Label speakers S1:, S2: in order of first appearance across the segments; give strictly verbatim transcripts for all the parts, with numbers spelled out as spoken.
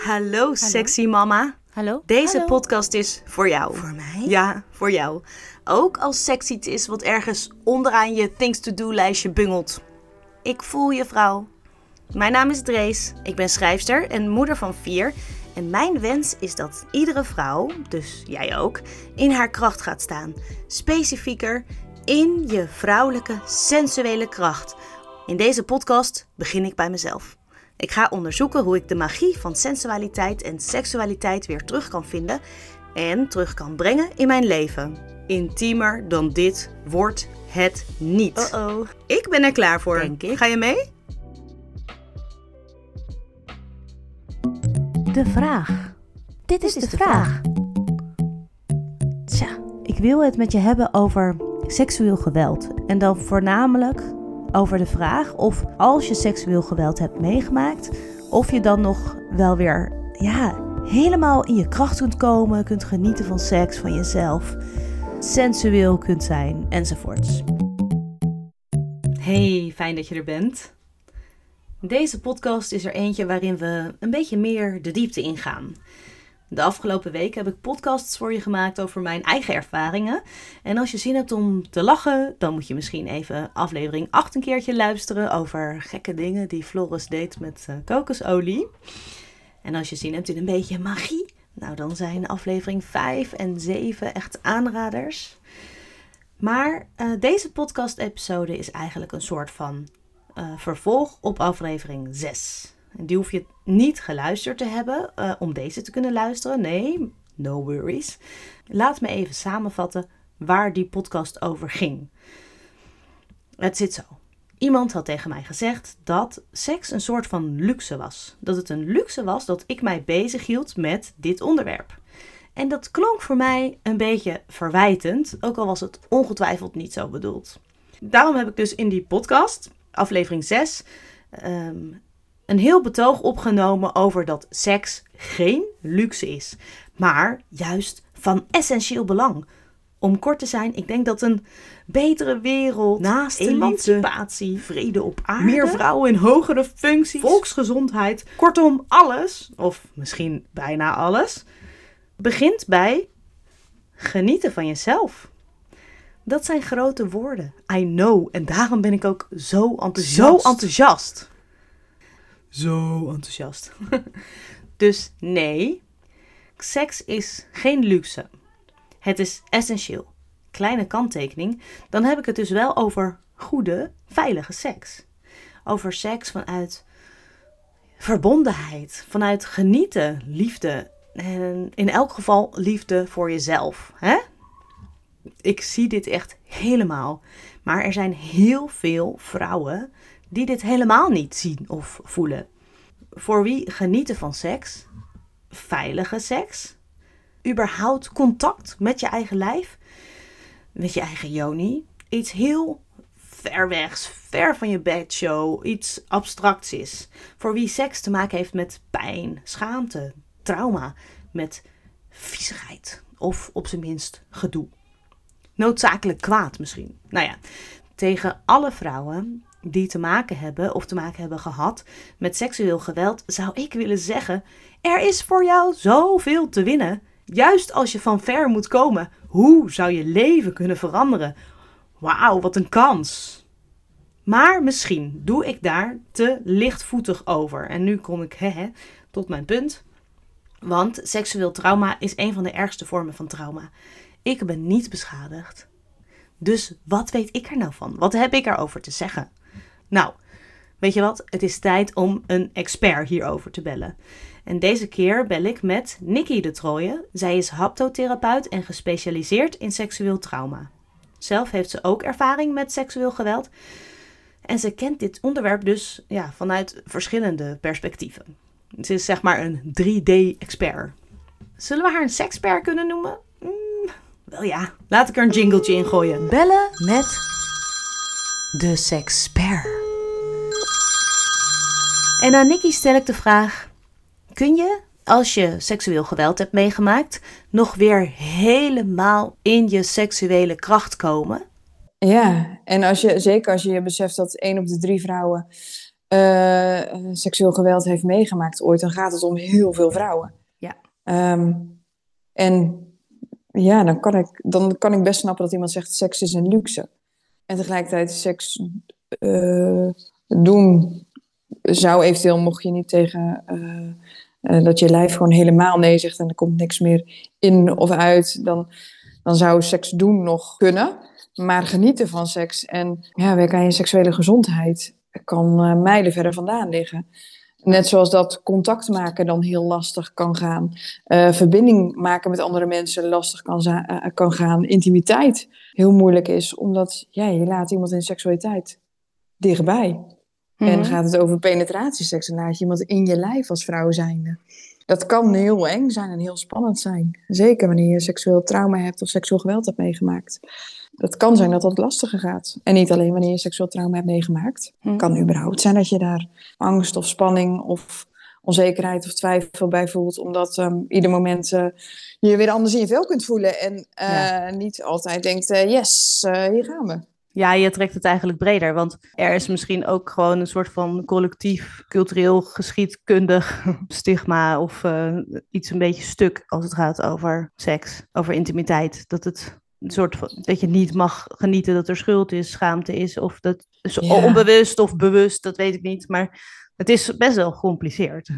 S1: Hallo, sexy mama.
S2: Hallo?
S1: Deze
S2: Hallo.
S1: podcast is voor jou.
S2: Voor mij?
S1: Ja, voor jou. Ook als seks iets is wat ergens onderaan je things to do lijstje bungelt. Ik voel je, vrouw. Mijn naam is Drees. Ik ben schrijfster en moeder van vier. En mijn wens is dat iedere vrouw, dus jij ook, in haar kracht gaat staan. Specifieker in je vrouwelijke, sensuele kracht. In deze podcast begin ik bij mezelf. Ik ga onderzoeken hoe ik de magie van sensualiteit en seksualiteit weer terug kan vinden en terug kan brengen in mijn leven. Intiemer dan dit wordt het niet.
S2: Uh-oh.
S1: Ik ben er klaar voor.
S2: Denk ik.
S1: Ga je mee?
S2: De vraag. Dit is, Dit is de, de vraag. vraag. Tja, ik wil het met je hebben over seksueel geweld. En dan voornamelijk over de vraag of als je seksueel geweld hebt meegemaakt, of je dan nog wel weer ja, helemaal in je kracht kunt komen, kunt genieten van seks, van jezelf, sensueel kunt zijn, enzovoorts.
S1: Hey, fijn dat je er bent. Deze podcast is er eentje waarin we een beetje meer de diepte ingaan. De afgelopen week heb ik podcasts voor je gemaakt over mijn eigen ervaringen. En als je zin hebt om te lachen, dan moet je misschien even aflevering acht een keertje luisteren over gekke dingen die Floris deed met uh, kokosolie. En als je zin hebt in een beetje magie, nou dan zijn aflevering vijf en zeven echt aanraders. Maar uh, deze podcast-episode is eigenlijk een soort van uh, vervolg op aflevering zes. En die hoef je niet geluisterd te hebben uh, om deze te kunnen luisteren. Nee, no worries. Laat me even samenvatten waar die podcast over ging. Het zit zo. Iemand had tegen mij gezegd dat seks een soort van luxe was. Dat het een luxe was dat ik mij bezighield met dit onderwerp. En dat klonk voor mij een beetje verwijtend, ook al was het ongetwijfeld niet zo bedoeld. Daarom heb ik dus in die podcast, aflevering zes... Um, een heel betoog opgenomen over dat seks geen luxe is, maar juist van essentieel belang. Om kort te zijn, ik denk dat een betere wereld, naast emancipatie, vrede op aarde, meer vrouwen in hogere functies, volksgezondheid, kortom alles, of misschien bijna alles, begint bij genieten van jezelf. Dat zijn grote woorden, I know, en daarom ben ik ook zo enthousiast. Zo enthousiast. Zo enthousiast. Dus nee, seks is geen luxe. Het is essentieel. Kleine kanttekening, dan heb ik het dus wel over goede, veilige seks. Over seks vanuit verbondenheid, vanuit genieten, liefde. En in elk geval liefde voor jezelf. Hè? Ik zie dit echt helemaal. Maar er zijn heel veel vrouwen die dit helemaal niet zien of voelen. Voor wie genieten van seks, veilige seks, überhaupt contact met je eigen lijf, met je eigen yoni, iets heel ver wegs, ver van je bedshow, iets abstracts is. Voor wie seks te maken heeft met pijn, schaamte, trauma, met viezigheid of op zijn minst gedoe. Noodzakelijk kwaad misschien. Nou ja, tegen alle vrouwen die te maken hebben of te maken hebben gehad met seksueel geweld, zou ik willen zeggen, er is voor jou zoveel te winnen. Juist als je van ver moet komen, hoe zou je leven kunnen veranderen? Wauw, wat een kans. Maar misschien doe ik daar te lichtvoetig over. En nu kom ik hehe, tot mijn punt. Want seksueel trauma is een van de ergste vormen van trauma. Ik ben niet beschadigd. Dus wat weet ik er nou van? Wat heb ik erover te zeggen? Nou, weet je wat? Het is tijd om een expert hierover te bellen. En deze keer bel ik met Nikki de Trooijen. Zij is haptotherapeut en gespecialiseerd in seksueel trauma. Zelf heeft ze ook ervaring met seksueel geweld. En ze kent dit onderwerp dus ja, vanuit verschillende perspectieven. Ze is zeg maar een drie D-expert. Zullen we haar een sexpert kunnen noemen? Mm, wel ja, laat ik er een jingletje in gooien.
S2: Bellen met de sexpert.
S1: En aan Nikki stel ik de vraag: kun je, als je seksueel geweld hebt meegemaakt, nog weer helemaal in je seksuele kracht komen?
S3: Ja, en als je, zeker als je beseft dat één op de drie vrouwen uh, seksueel geweld heeft meegemaakt ooit, dan gaat het om heel veel vrouwen.
S2: Ja.
S3: Um, en ja, dan kan, ik, dan kan ik best snappen dat iemand zegt, seks is een luxe. En tegelijkertijd seks uh, doen zou eventueel, mocht je niet tegen uh, uh, dat je lijf gewoon helemaal nee zegt en er komt niks meer in of uit, dan, dan zou seks doen nog kunnen. Maar genieten van seks en ja, werken aan je seksuele gezondheid kan uh, mijlen verder vandaan liggen. Net zoals dat contact maken dan heel lastig kan gaan. Uh, verbinding maken met andere mensen lastig kan, za- uh, kan gaan. Intimiteit heel moeilijk is. Omdat ja, je laat iemand in seksualiteit dichtbij. Mm-hmm. En gaat het over penetratieseks, dan laat je iemand in je lijf als vrouw zijnde. Dat kan heel eng zijn en heel spannend zijn. Zeker wanneer je seksueel trauma hebt of seksueel geweld hebt meegemaakt. Het kan zijn dat dat lastiger gaat. En niet alleen wanneer je seksueel trauma hebt meegemaakt. Het hmm. kan überhaupt zijn dat je daar angst of spanning of onzekerheid of twijfel bij voelt. Omdat um, ieder moment uh, je je weer anders in je vel kunt voelen. En uh, ja. niet altijd denkt, uh, yes, uh, hier gaan we.
S2: Ja, je trekt het eigenlijk breder. Want er is misschien ook gewoon een soort van collectief, cultureel, geschiedkundig stigma. Of uh, iets een beetje stuk als het gaat over seks, over intimiteit. Dat het... Een soort van, dat je niet mag genieten dat er schuld is, schaamte is, of dat is ja. onbewust of bewust, dat weet ik niet. Maar het is best wel gecompliceerd.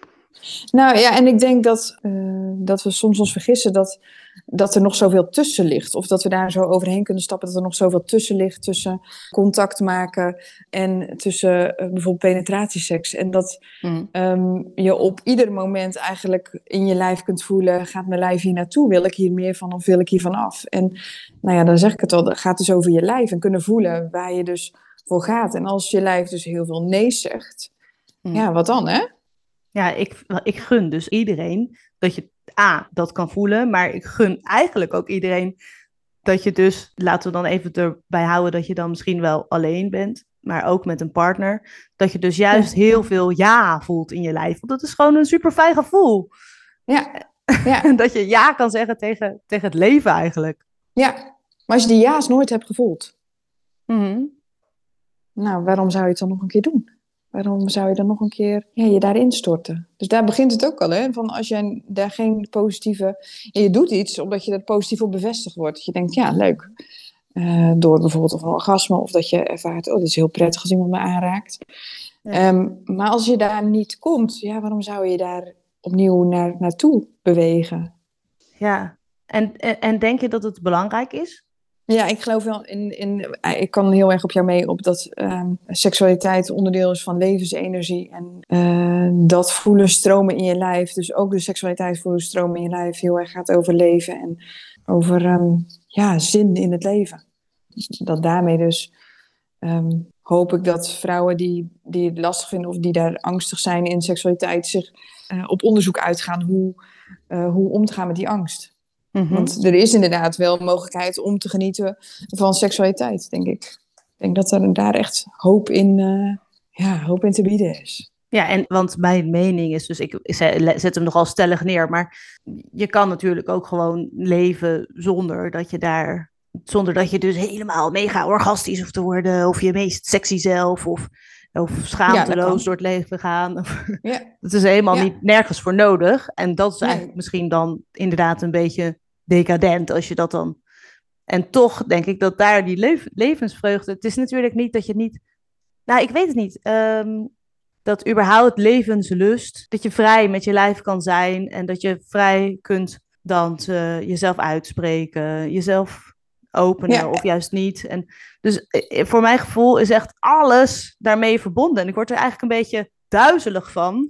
S3: Nou ja, en ik denk dat, uh, dat we soms ons vergissen dat, dat er nog zoveel tussen ligt. Of dat we daar zo overheen kunnen stappen, dat er nog zoveel tussen ligt tussen contact maken en tussen uh, bijvoorbeeld penetratieseks. En dat mm. um, je op ieder moment eigenlijk in je lijf kunt voelen, gaat mijn lijf hier naartoe? Wil ik hier meer van of wil ik hier van af? En nou ja, dan zeg ik het al, het gaat dus over je lijf en kunnen voelen waar je dus voor gaat. En als je lijf dus heel veel nee zegt, mm. ja, wat dan hè?
S2: Ja, ik, ik gun dus iedereen dat je A, dat kan voelen, maar ik gun eigenlijk ook iedereen dat je dus, laten we dan even erbij houden dat je dan misschien wel alleen bent, maar ook met een partner, dat je dus juist ja. heel veel ja voelt in je lijf. Want dat is gewoon een super fijn gevoel.
S3: Ja. ja.
S2: Dat je ja kan zeggen tegen, tegen het leven eigenlijk.
S3: Ja, maar als je die ja's nooit hebt gevoeld,
S2: mm-hmm.
S3: nou, waarom zou je het dan nog een keer doen? Waarom zou je dan nog een keer ja, je daarin storten? Dus daar begint het ook al, hè? Van als jij daar geen positieve... En je doet iets omdat je dat positief op bevestigd wordt. Dat je denkt, ja, leuk. Uh, door bijvoorbeeld een orgasme of dat je ervaart... oh, dit is heel prettig als iemand me aanraakt. Ja. Um, maar als je daar niet komt, ja, waarom zou je daar opnieuw naar, naartoe bewegen?
S2: Ja, en, en, en denk je dat het belangrijk is?
S3: Ja, ik geloof wel in, in... Ik kan heel erg op jou mee op dat um, seksualiteit onderdeel is van levensenergie. En uh, dat voelen stromen in je lijf. Dus ook de seksualiteit voelen stromen in je lijf heel erg gaat over leven. En over um, ja, zin in het leven. Dat daarmee dus um, hoop ik dat vrouwen die, die het lastig vinden... of die daar angstig zijn in seksualiteit... zich uh, op onderzoek uitgaan hoe, uh, hoe om te gaan met die angst. Mm-hmm. Want er is inderdaad wel een mogelijkheid om te genieten van seksualiteit, denk ik. Ik denk dat er daar echt hoop in, uh, ja, hoop in te bieden is.
S2: Ja, en want mijn mening is dus, ik zet hem nogal stellig neer, maar je kan natuurlijk ook gewoon leven zonder dat je daar, zonder dat je dus helemaal mega orgastisch hoeft te worden, of je meest sexy zelf, of, of schaamteloos ja, door het leven gaan. Ja. Dat is helemaal ja. niet nergens voor nodig. En dat is eigenlijk nee. misschien dan inderdaad een beetje decadent als je dat dan... En toch denk ik dat daar die leef, levensvreugde... Het is natuurlijk niet dat je niet... Nou, ik weet het niet. Um, dat überhaupt levenslust... Dat je vrij met je lijf kan zijn... En dat je vrij kunt dansen, jezelf uitspreken... Jezelf openen ja. of juist niet. En dus voor mijn gevoel is echt alles daarmee verbonden. En ik word er eigenlijk een beetje duizelig van.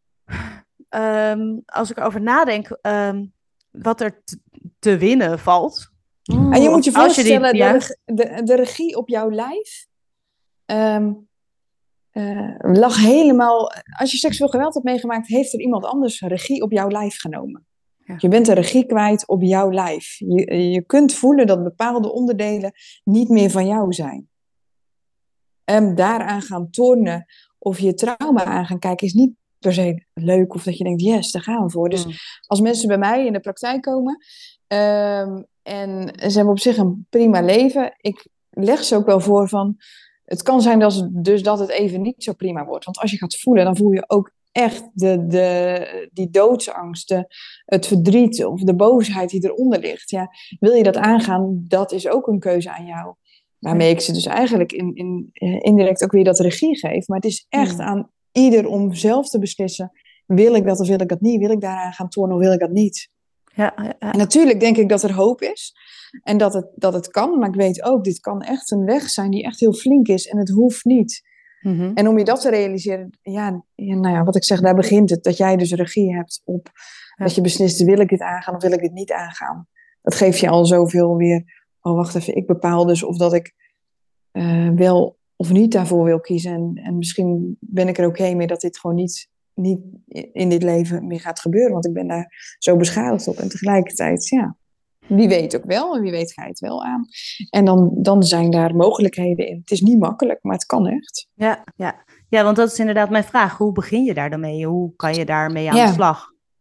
S2: Um, als ik erover nadenk... Um, wat er te, te winnen valt.
S3: Mm. En je moet je voorstellen, die, ja. de, de, de regie op jouw lijf um, uh, lag helemaal... Als je seksueel geweld hebt meegemaakt, heeft er iemand anders regie op jouw lijf genomen. Ja. Je bent de regie kwijt op jouw lijf. Je, je kunt voelen dat bepaalde onderdelen niet meer van jou zijn. En daaraan gaan tornen of je trauma aan gaan kijken is niet per se leuk of dat je denkt, yes, daar gaan we voor. Dus mm. als mensen bij mij in de praktijk komen um, en ze hebben op zich een prima leven, ik leg ze ook wel voor van, het kan zijn dat het, dus dat het even niet zo prima wordt. Want als je gaat voelen, dan voel je ook echt de, de, die doodsangst, de, het verdriet of de boosheid die eronder ligt. Ja, wil je dat aangaan, dat is ook een keuze aan jou. Waarmee ik ze dus eigenlijk in, in, indirect ook weer dat regie geef. Maar het is echt aan ieder om zelf te beslissen. Wil ik dat of wil ik dat niet? Wil ik daaraan gaan tornen of wil ik dat niet?
S2: Ja, ja, ja.
S3: En natuurlijk denk ik dat er hoop is. En dat het, dat het kan. Maar ik weet ook, dit kan echt een weg zijn die echt heel flink is. En het hoeft niet.
S2: Mm-hmm.
S3: En om je dat te realiseren, ja, ja, nou ja, wat ik zeg, daar begint het. Dat jij dus regie hebt op, ja. dat je beslist, wil ik dit aangaan of wil ik dit niet aangaan. Dat geeft je al zoveel weer, oh wacht even, ik bepaal dus of dat ik uh, wel of niet daarvoor wil kiezen. En, en misschien ben ik er oké mee dat dit gewoon niet, niet in dit leven meer gaat gebeuren. Want ik ben daar zo beschadigd op. En tegelijkertijd, ja, wie weet ook wel en wie weet ga je het wel aan. En dan, dan zijn daar mogelijkheden in. Het is niet makkelijk, maar het kan echt.
S2: Ja, ja. ja, want dat is inderdaad mijn vraag. Hoe begin je daar dan mee? Hoe kan je daarmee aan
S3: ja.
S2: de slag?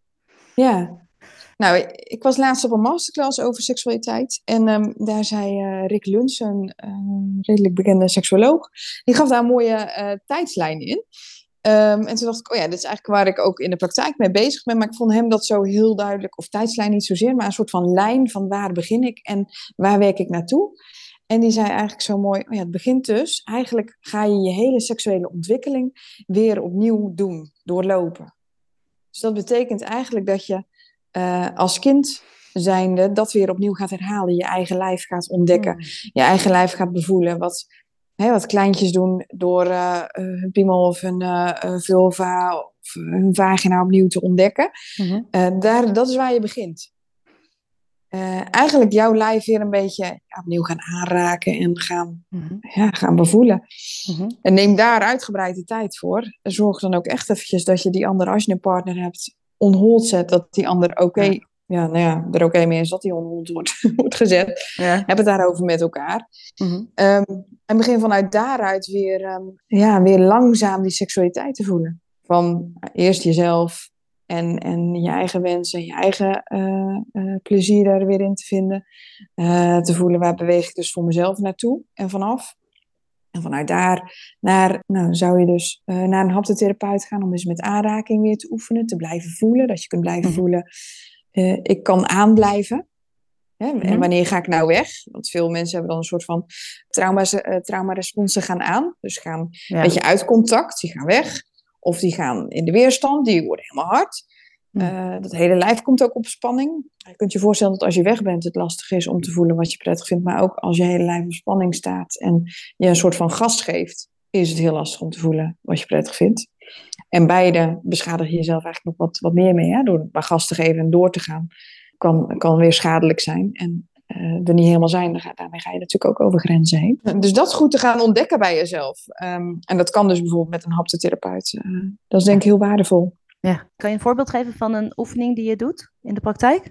S3: Ja, nou, ik was laatst op een masterclass over seksualiteit. En um, daar zei uh, Rick Luns, een uh, redelijk bekende seksuoloog, die gaf daar een mooie uh, tijdslijn in. Um, en toen dacht ik, oh ja, dit is eigenlijk waar ik ook in de praktijk mee bezig ben. Maar ik vond hem dat zo heel duidelijk, of tijdslijn niet zozeer, maar een soort van lijn van waar begin ik en waar werk ik naartoe. En die zei eigenlijk zo mooi, oh ja, het begint dus, eigenlijk ga je je hele seksuele ontwikkeling weer opnieuw doen, doorlopen. Dus dat betekent eigenlijk dat je uh, als kind zijnde dat weer opnieuw gaat herhalen. Je eigen lijf gaat ontdekken, mm. je eigen lijf gaat bevoelen. Wat, hè, wat kleintjes doen door uh, hun piemel of hun uh, vulva of hun vagina opnieuw te ontdekken. Mm-hmm. Uh, daar, dat is waar je begint. Uh, eigenlijk jouw lijf weer een beetje ja, opnieuw gaan aanraken en gaan, mm-hmm. ja, gaan bevoelen. Mm-hmm. En neem daar uitgebreid de tijd voor. Zorg dan ook echt eventjes dat je die ander, als je een partner hebt, onhold zet. Dat die ander oké, okay, ja. ja, nou ja, er oké okay mee is dat die onhold wordt, wordt gezet. Ja. Heb het daarover met elkaar. Mm-hmm. Um, en begin vanuit daaruit weer, um, ja, weer langzaam die seksualiteit te voelen. Van uh, eerst jezelf. En, en je eigen wensen, je eigen uh, uh, plezier daar weer in te vinden. Uh, te voelen, waar beweeg ik dus voor mezelf naartoe en vanaf. En vanuit daar naar, nou, zou je dus uh, naar een haptotherapeut gaan om eens met aanraking weer te oefenen. Te blijven voelen, dat je kunt blijven mm-hmm. voelen. Uh, ik kan aanblijven. Hè? Mm-hmm. En wanneer ga ik nou weg? Want veel mensen hebben dan een soort van trauma's, uh, traumaresponsen gaan aan. Dus gaan ja. een beetje uit contact, die gaan weg. Of die gaan in de weerstand, die worden helemaal hard. Uh, dat hele lijf komt ook op spanning. Je kunt je voorstellen dat als je weg bent, het lastig is om te voelen wat je prettig vindt. Maar ook als je hele lijf op spanning staat en je een soort van gas geeft, is het heel lastig om te voelen wat je prettig vindt. En beide beschadig je jezelf eigenlijk nog wat, wat meer mee. Hè? Door maar gas te geven en door te gaan, kan, kan weer schadelijk zijn. En uh, er niet helemaal zijn, dan ga, daarmee ga je natuurlijk ook over grenzen heen. Dus dat is goed te gaan ontdekken bij jezelf. Um, en dat kan dus bijvoorbeeld met een haptotherapeut. Uh, dat is denk ik heel waardevol.
S2: Ja. Kan je een voorbeeld geven van een oefening die je doet in de praktijk?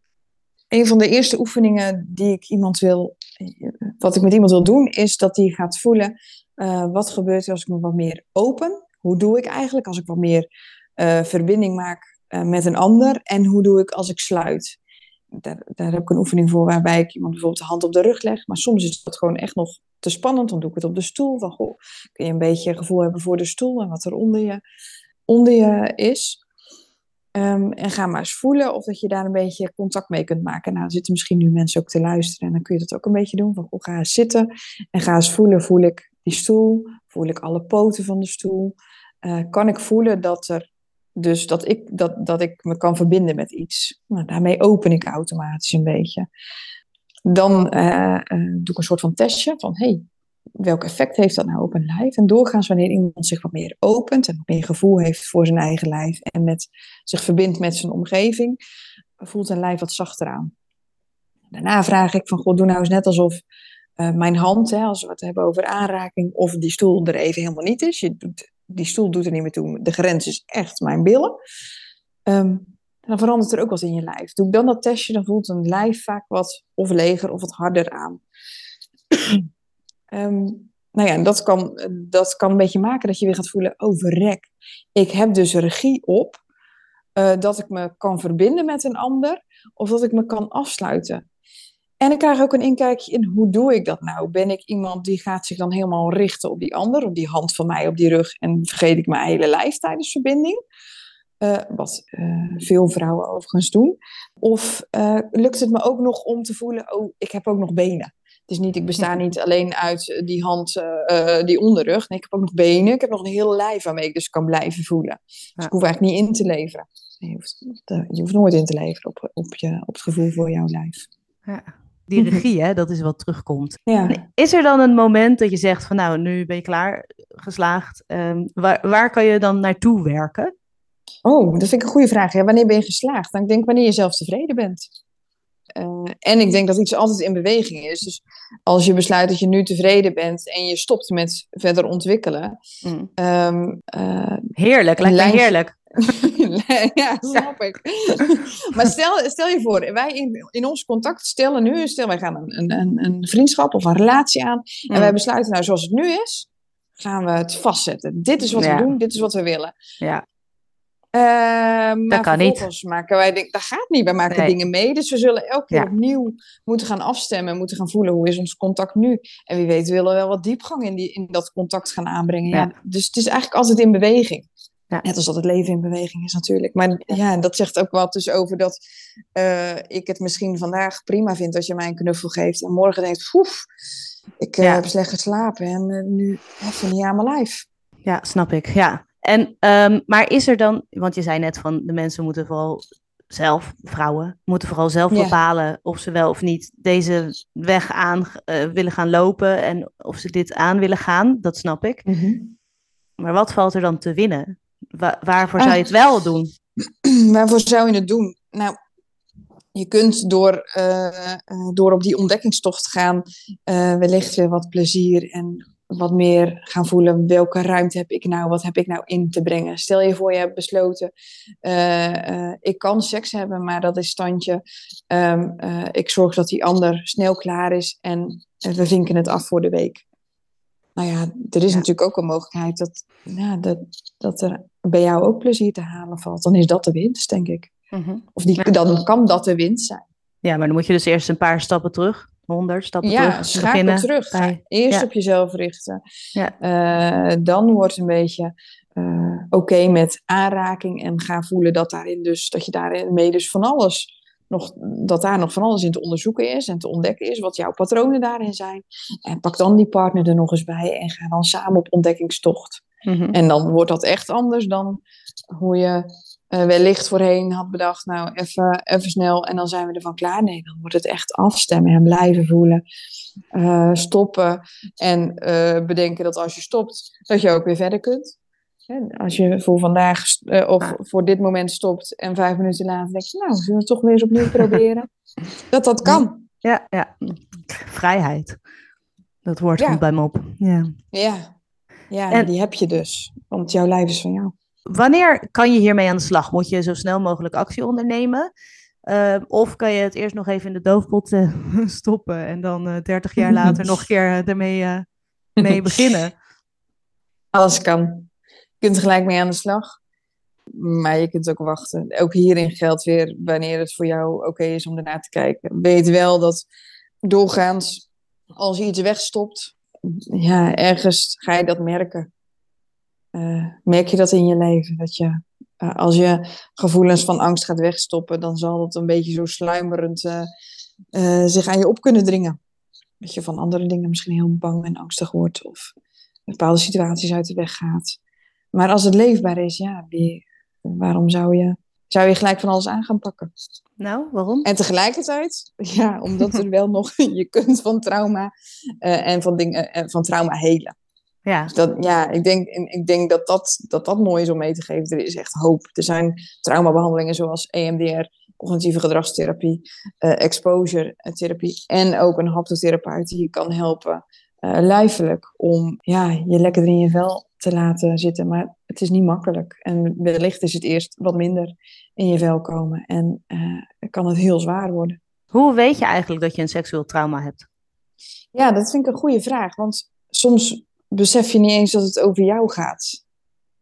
S3: Een van de eerste oefeningen die ik iemand wil, wat ik met iemand wil doen, is dat hij gaat voelen, uh, wat gebeurt er als ik me wat meer open? Hoe doe ik eigenlijk als ik wat meer uh, verbinding maak uh, met een ander? En hoe doe ik als ik sluit? Daar, daar heb ik een oefening voor waarbij ik iemand bijvoorbeeld de hand op de rug leg. Maar soms is dat gewoon echt nog te spannend. Dan doe ik het op de stoel. Van, goh, kun je een beetje gevoel hebben voor de stoel en wat er onder je, onder je is. Um, en ga maar eens voelen of dat je daar een beetje contact mee kunt maken. Nou, er zitten misschien nu mensen ook te luisteren. En dan kun je dat ook een beetje doen. Van, goh, ga eens zitten en ga eens voelen. Voel ik die stoel? Voel ik alle poten van de stoel? Uh, kan ik voelen dat er... Dus dat ik, dat, dat ik me kan verbinden met iets. Nou, daarmee open ik automatisch een beetje. Dan uh, uh, doe ik een soort van testje van... hey, welk effect heeft dat nou op een lijf? En doorgaans wanneer iemand zich wat meer opent... en wat meer gevoel heeft voor zijn eigen lijf... en met, zich verbindt met zijn omgeving... voelt een lijf wat zachter aan. Daarna vraag ik van... God, doe nou eens net alsof uh, mijn hand... Hè, als we het hebben over aanraking... of die stoel er even helemaal niet is. Je doet... Die stoel doet er niet meer toe. De grens is echt mijn billen. Um, dan verandert er ook wat in je lijf. Doe ik dan dat testje, dan voelt een lijf vaak wat of leger of wat harder aan. um, nou ja, en dat kan, dat kan een beetje maken dat je weer gaat voelen, oh verrek. Ik heb dus regie op uh, dat ik me kan verbinden met een ander of dat ik me kan afsluiten. En ik krijg ook een inkijkje in hoe doe ik dat nou? Ben ik iemand die gaat zich dan helemaal richten op die ander, op die hand van mij, op die rug, en vergeet ik mijn hele lijf tijdens verbinding? Uh, wat uh, veel vrouwen overigens doen. Of uh, lukt het me ook nog om te voelen, oh, ik heb ook nog benen. Het is niet, ik besta niet alleen uit die hand, uh, die onderrug. Nee, ik heb ook nog benen. Ik heb nog een heel lijf waarmee ik dus kan blijven voelen. Dus ja. Ik hoef eigenlijk niet in te leveren. Je hoeft, de, je hoeft nooit in te leveren op, op, je, op het gevoel voor jouw lijf.
S2: Ja. Die regie, hè, dat is wat terugkomt.
S3: Ja.
S2: Is er dan een moment dat je zegt van nou, nu ben je klaar, geslaagd. Um, waar, waar kan je dan naartoe werken?
S3: Oh, dat vind ik een goede vraag. Ja, wanneer ben je geslaagd? Nou, ik denk wanneer je zelf tevreden bent. Uh, en ik denk dat iets altijd in beweging is. Dus als je besluit dat je nu tevreden bent en je stopt met verder ontwikkelen.
S2: Mm.
S3: Um, uh,
S2: heerlijk, lijkt me heerlijk.
S3: Ja, snap ik. Maar stel, stel je voor, wij in, in ons contact stellen nu, stel wij gaan een, een, een vriendschap of een relatie aan. En mm. wij besluiten nou zoals het nu is, gaan we het vastzetten. Dit is wat ja. we doen, dit is wat we willen.
S2: Ja.
S3: Uh, maar
S2: dat kan niet.
S3: Maken wij denk, dat gaat niet. Wij maken nee. dingen mee. Dus we zullen elke keer ja. opnieuw moeten gaan afstemmen. Moeten gaan voelen, hoe is ons contact nu? En wie weet willen we wel wat diepgang in, die, in dat contact gaan aanbrengen. Ja. Ja, dus het is eigenlijk altijd in beweging. Ja. Net als dat het leven in beweging is natuurlijk. Maar ja, ja dat zegt ook wat dus over dat uh, ik het misschien vandaag prima vind als je mij een knuffel geeft. En morgen denkt, poef, ik uh, ja. heb slecht geslapen. En uh, nu even niet aan mijn lijf.
S2: Ja, snap ik. Ja. En, um, maar is er dan, want je zei net van de mensen moeten vooral zelf, vrouwen, moeten vooral zelf ja. bepalen of ze wel of niet deze weg aan uh, willen gaan lopen en of ze dit aan willen gaan, dat snap ik.
S3: Mm-hmm.
S2: Maar wat valt er dan te winnen? Wa- waarvoor zou je het wel doen?
S3: Waarvoor zou je het doen? Nou, je kunt door, uh, uh, door op die ontdekkingstocht te gaan, uh, wellicht weer wat plezier en wat meer gaan voelen, welke ruimte heb ik nou, wat heb ik nou in te brengen. Stel je voor, je hebt besloten, uh, uh, ik kan seks hebben, maar dat is standje. Um, uh, ik zorg dat die ander snel klaar is en uh, we vinken het af voor de week. Nou ja, er is ja. natuurlijk ook een mogelijkheid dat, ja, dat, dat er bij jou ook plezier te halen valt. Dan is dat de winst, denk ik.
S2: Mm-hmm.
S3: Of die, ja. dan kan dat de winst zijn.
S2: Ja, maar dan moet je dus eerst een paar stappen terug. honderd stappen
S3: ja,
S2: terug.
S3: Schakel
S2: beginnen.
S3: terug. Ga eerst ja. op jezelf richten.
S2: Ja.
S3: Uh, dan wordt een beetje uh, oké okay met aanraking. En ga voelen dat, daarin dus, dat je daarin mee dus van alles... Nog, dat daar nog van alles in te onderzoeken is en te ontdekken is. Wat jouw patronen daarin zijn. En pak dan die partner er nog eens bij. En ga dan samen op ontdekkingstocht.
S2: Mm-hmm.
S3: En dan wordt dat echt anders dan hoe je... Uh, wellicht voorheen had bedacht, nou even, even snel en dan zijn we ervan klaar. Nee, dan wordt het echt afstemmen en blijven voelen. Uh, stoppen en uh, bedenken dat als je stopt, dat je ook weer verder kunt. En als je voor vandaag uh, of voor dit moment stopt en vijf minuten later denk je, nou, zullen we het toch weer eens opnieuw proberen? Dat dat kan.
S2: Ja, ja. Vrijheid. Dat woord
S3: ja.
S2: komt bij me op. Ja,
S3: ja. ja en die heb je dus. Want jouw lijf is van jou.
S2: Wanneer kan je hiermee aan de slag? Moet je zo snel mogelijk actie ondernemen? Uh, of kan je het eerst nog even in de doofpot uh, stoppen en dan uh, dertig jaar later nog een keer uh, ermee uh, mee beginnen?
S3: Alles kan. Je kunt er gelijk mee aan de slag. Maar je kunt ook wachten. Ook hierin geldt weer wanneer het voor jou oké okay is om ernaar te kijken. Weet wel dat doorgaans als je iets wegstopt, ja, ergens ga je dat merken. Uh, merk je dat in je leven? Dat je, uh, als je gevoelens van angst gaat wegstoppen, dan zal dat een beetje zo sluimerend uh, uh, zich aan je op kunnen dringen. Dat je van andere dingen misschien heel bang en angstig wordt of bepaalde situaties uit de weg gaat. Maar als het leefbaar is, ja, wie, waarom zou je, zou je gelijk van alles aan gaan pakken?
S2: Nou, waarom?
S3: En tegelijkertijd, ja, omdat er wel nog, je kunt van trauma uh, en van, dingen, uh, van trauma helen.
S2: Ja,
S3: dus dat, ja ik, denk, ik denk dat dat, dat dat mooi is om mee te geven. Er is echt hoop. Er zijn traumabehandelingen zoals E M D R, cognitieve gedragstherapie, uh, exposure therapie en ook een haptotherapeut die je kan helpen uh, lijfelijk om ja, je lekker in je vel te laten zitten. Maar het is niet makkelijk. En wellicht is het eerst wat minder in je vel komen en uh, kan het heel zwaar worden.
S2: Hoe weet je eigenlijk dat je een seksueel trauma hebt?
S3: Ja, dat vind ik een goede vraag. Want soms besef je niet eens dat het over jou gaat.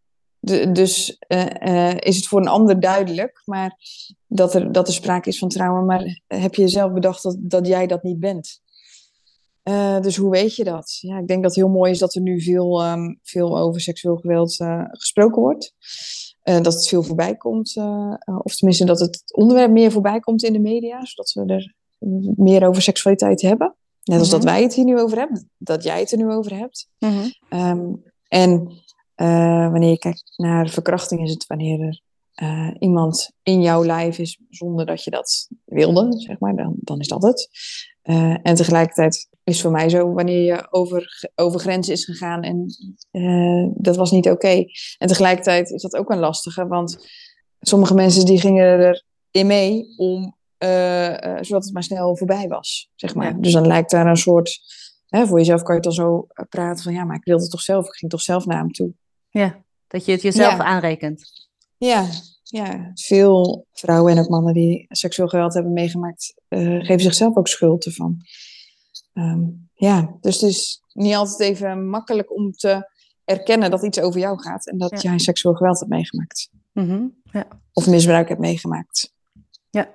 S3: de, dus uh, uh, is het voor een ander duidelijk, maar dat er, dat er sprake is van trauma, maar heb je zelf bedacht dat, dat jij dat niet bent? Uh, dus hoe weet je dat? Ja, ik denk dat het heel mooi is dat er nu veel, um, veel over seksueel geweld uh, gesproken wordt. Uh, dat het veel voorbij komt, uh, of tenminste dat het onderwerp meer voorbij komt in de media, zodat we er meer over seksualiteit hebben. Net als mm-hmm. dat wij het hier nu over hebben, dat jij het er nu over hebt. Mm-hmm. Um, en uh, wanneer je kijkt naar verkrachting, is het wanneer er uh, iemand in jouw lijf is zonder dat je dat wilde, zeg maar, dan, dan is dat het. Uh, en tegelijkertijd is voor mij zo, wanneer je over, over grenzen is gegaan en uh, dat was niet oké. Okay. En tegelijkertijd is dat ook een lastige, want sommige mensen die gingen erin mee om, uh, uh, zodat het maar snel voorbij was, zeg maar. Ja. Dus dan lijkt daar een soort, hè, voor jezelf kan je dan zo praten van, ja, maar ik wilde het toch zelf, ik ging toch zelf naar hem toe.
S2: Ja, dat je het jezelf ja. aanrekent.
S3: Ja, ja, veel vrouwen en ook mannen die seksueel geweld hebben meegemaakt, uh, geven zichzelf ook schuld ervan. Um, ja, dus het is niet altijd even makkelijk om te erkennen dat iets over jou gaat en dat ja. jij seksueel geweld hebt meegemaakt.
S2: Mm-hmm, ja.
S3: Of misbruik hebt meegemaakt.
S2: Ja.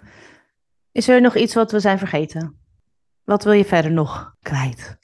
S2: Is er nog iets wat we zijn vergeten? Wat wil je verder nog kwijt?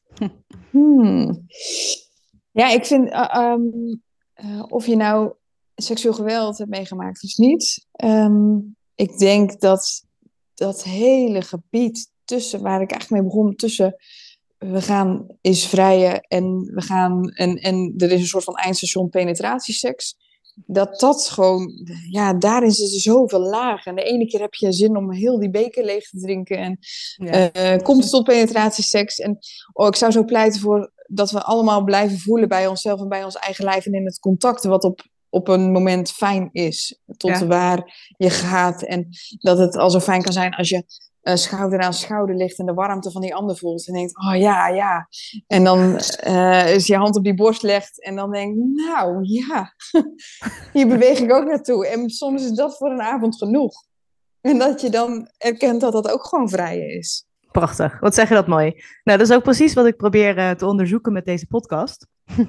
S3: Hmm. Ja, ik vind, uh, um, uh, of je nou seksueel geweld hebt meegemaakt of niet. Um, ik denk dat dat hele gebied tussen, waar ik eigenlijk mee begon, tussen we gaan is vrijen en we gaan en, en er is een soort van eindstation penetratieseks. Dat dat gewoon, ja, daarin zitten zoveel lagen. En de ene keer heb je zin om heel die beker leeg te drinken en ja. uh, komt het tot penetratieseks. En oh, ik zou zo pleiten voor dat we allemaal blijven voelen bij onszelf en bij ons eigen lijf en in het contact wat op op een moment fijn is. Tot ja. waar je gaat. En dat het al zo fijn kan zijn als je uh, schouder aan schouder ligt en de warmte van die ander voelt. En denkt, oh ja, ja. En dan uh, is je hand op die borst legt. En dan denk ik, nou ja. Hier beweeg ik ook naartoe. En soms is dat voor een avond genoeg. En dat je dan erkent dat dat ook gewoon vrijen is.
S2: Prachtig. Wat zeg je dat mooi. Nou, dat is ook precies wat ik probeer uh, te onderzoeken met deze podcast.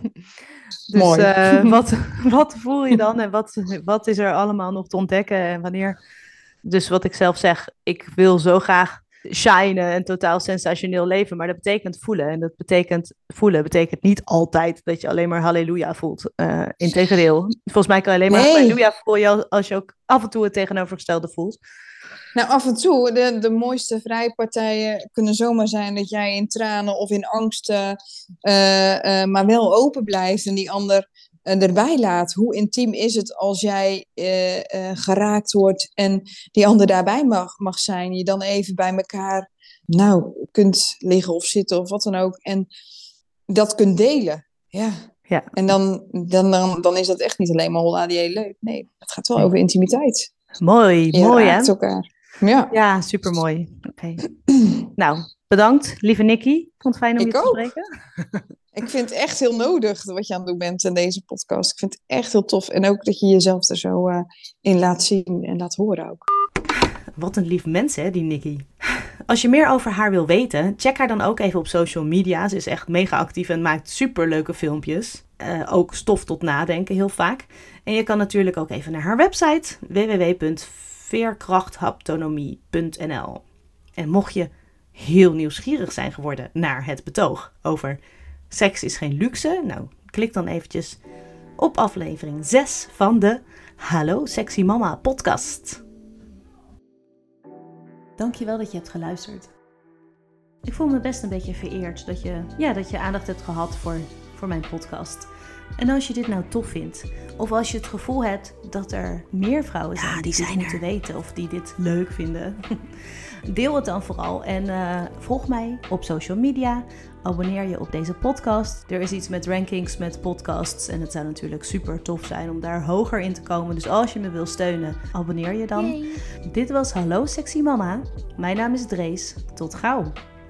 S2: Dus
S3: mooi.
S2: Uh, wat, wat voel je dan en wat, wat is er allemaal nog te ontdekken en wanneer? Dus wat ik zelf zeg, ik wil zo graag shinen en totaal sensationeel leven, maar dat betekent voelen. En dat betekent voelen betekent niet altijd dat je alleen maar halleluja voelt. Uh, integendeel. Volgens mij kan je alleen maar nee. halleluja voelen als je ook af en toe het tegenovergestelde voelt.
S3: Nou, af en toe, de, de mooiste vrijpartijen kunnen zomaar zijn dat jij in tranen of in angst, uh, uh, maar wel open blijft en die ander uh, erbij laat. Hoe intiem is het als jij uh, uh, geraakt wordt en die ander daarbij mag, mag zijn. Je dan even bij elkaar nou, kunt liggen of zitten of wat dan ook. En dat kunt delen. Ja.
S2: Ja.
S3: En dan, dan, dan, dan is dat echt niet alleen maar holla die heel leuk. Nee, het gaat wel over intimiteit.
S2: Mooi,
S3: je
S2: mooi hè?
S3: Elkaar. Ja,
S2: ja supermooi. Okay. Nou, bedankt, lieve Nikki. Ik vond het fijn om
S3: ik
S2: je
S3: ook.
S2: te spreken.
S3: Ik vind het echt heel nodig wat je aan het doen bent in deze podcast. Ik vind het echt heel tof. En ook dat je jezelf er zo uh, in laat zien en laat horen ook.
S1: Wat een lief mens hè, die Nikki. Als je meer over haar wil weten, check haar dan ook even op social media. Ze is echt mega actief en maakt superleuke filmpjes. Uh, ook stof tot nadenken heel vaak. En je kan natuurlijk ook even naar haar website w w w punt veerkrachthaptonomie punt n l. En mocht je heel nieuwsgierig zijn geworden naar het betoog over seks is geen luxe, nou, klik dan eventjes op aflevering zes van de Hallo Sexy Mama podcast. Dankjewel dat je hebt geluisterd. Ik voel me best een beetje vereerd dat je, ja, dat je aandacht hebt gehad voor, voor mijn podcast. En als je dit nou tof vindt, of als je het gevoel hebt dat er meer vrouwen zijn, ja, die, die dit moeten weten of die dit leuk vinden, deel het dan vooral en uh, volg mij op social media. Abonneer je op deze podcast. Er is iets met rankings, met podcasts en het zou natuurlijk super tof zijn om daar hoger in te komen. Dus als je me wil steunen, abonneer je dan. Yay. Dit was Hallo Sexy Mama. Mijn naam is Drees. Tot gauw.